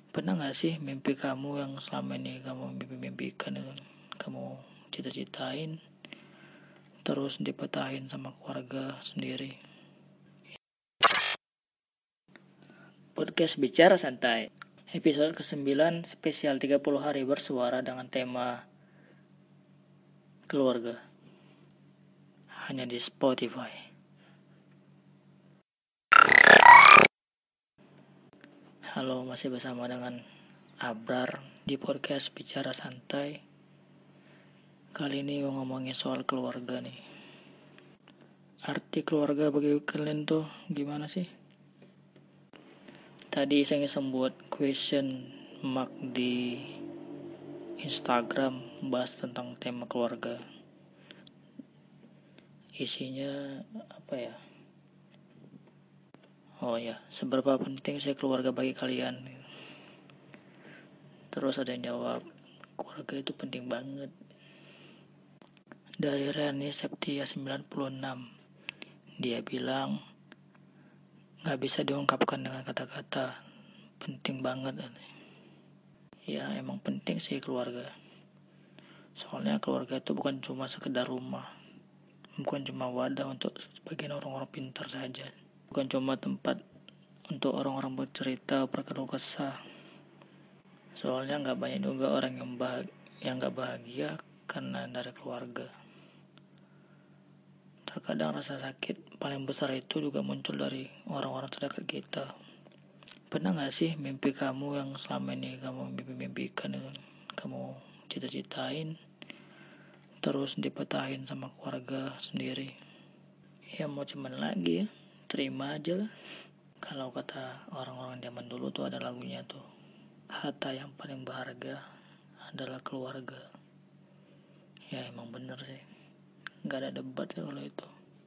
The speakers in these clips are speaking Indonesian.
Pernah gak sih mimpi kamu yang selama ini kamu mimpi-mimpikan, kamu cita-citain, terus dipetahin sama keluarga sendiri? Podcast Bicara Santai, episode ke-9 spesial 30 hari bersuara dengan tema keluarga, hanya di Spotify. Halo, masih bersama dengan Abrar di podcast Bicara Santai. Kali ini mau ngomongin soal keluarga nih. Arti keluarga bagi kalian tuh gimana sih? Tadi saya buat question mark di Instagram bahas tentang tema keluarga. Isinya apa ya? Oh ya, seberapa penting sih keluarga bagi kalian? Terus ada yang jawab, keluarga itu penting banget. Dari Reni Septia 96, dia bilang gak bisa diungkapkan dengan kata-kata, penting banget. Ya emang penting sih keluarga. Soalnya keluarga itu bukan cuma sekedar rumah, bukan cuma wadah untuk sebagian orang-orang pintar saja, bukan cuma tempat untuk orang-orang bercerita, berkeluh kesah. Soalnya gak banyak juga orang yang gak bahagia karena dari keluarga. Terkadang rasa sakit paling besar itu juga muncul dari orang-orang terdekat kita. Pernah gak sih mimpi kamu yang selama ini kamu mimpi-mimpikan, kamu cita-citain, terus dipetahin sama keluarga sendiri? Ya mau cuman lagi ya, terima aja lah. Kalau kata orang-orang zaman dulu tuh ada lagunya tuh, harta yang paling berharga adalah keluarga. Ya emang bener sih, gak ada debat ya kalau itu.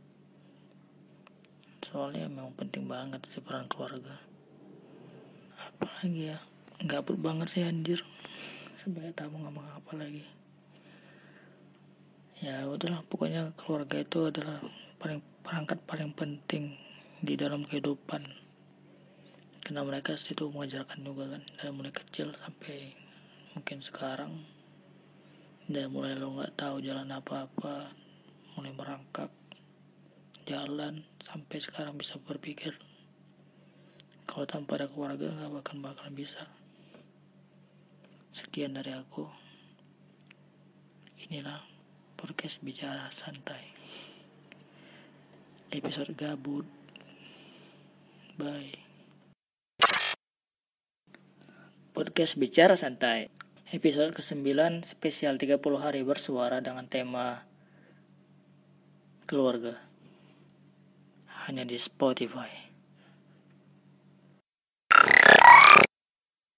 Soalnya emang penting banget sih peran keluarga. Apalagi ya, gabut banget sih anjir, sebanyak tamu ngomong apa lagi. Ya udahlah, pokoknya keluarga itu adalah perangkat paling penting di dalam kehidupan. Karena mereka itu mengajarkan juga kan, dari mulai kecil sampai mungkin sekarang. Dari mulai lo gak tahu jalan apa-apa, mulai merangkak jalan sampai sekarang bisa berpikir. Kalau tanpa ada keluarga gak bakal bisa. Sekian dari aku. Inilah podcast Bicara Santai, episode gabut. Bye. Podcast Bicara Santai, episode ke-9 spesial 30 hari bersuara dengan tema keluarga, hanya di Spotify.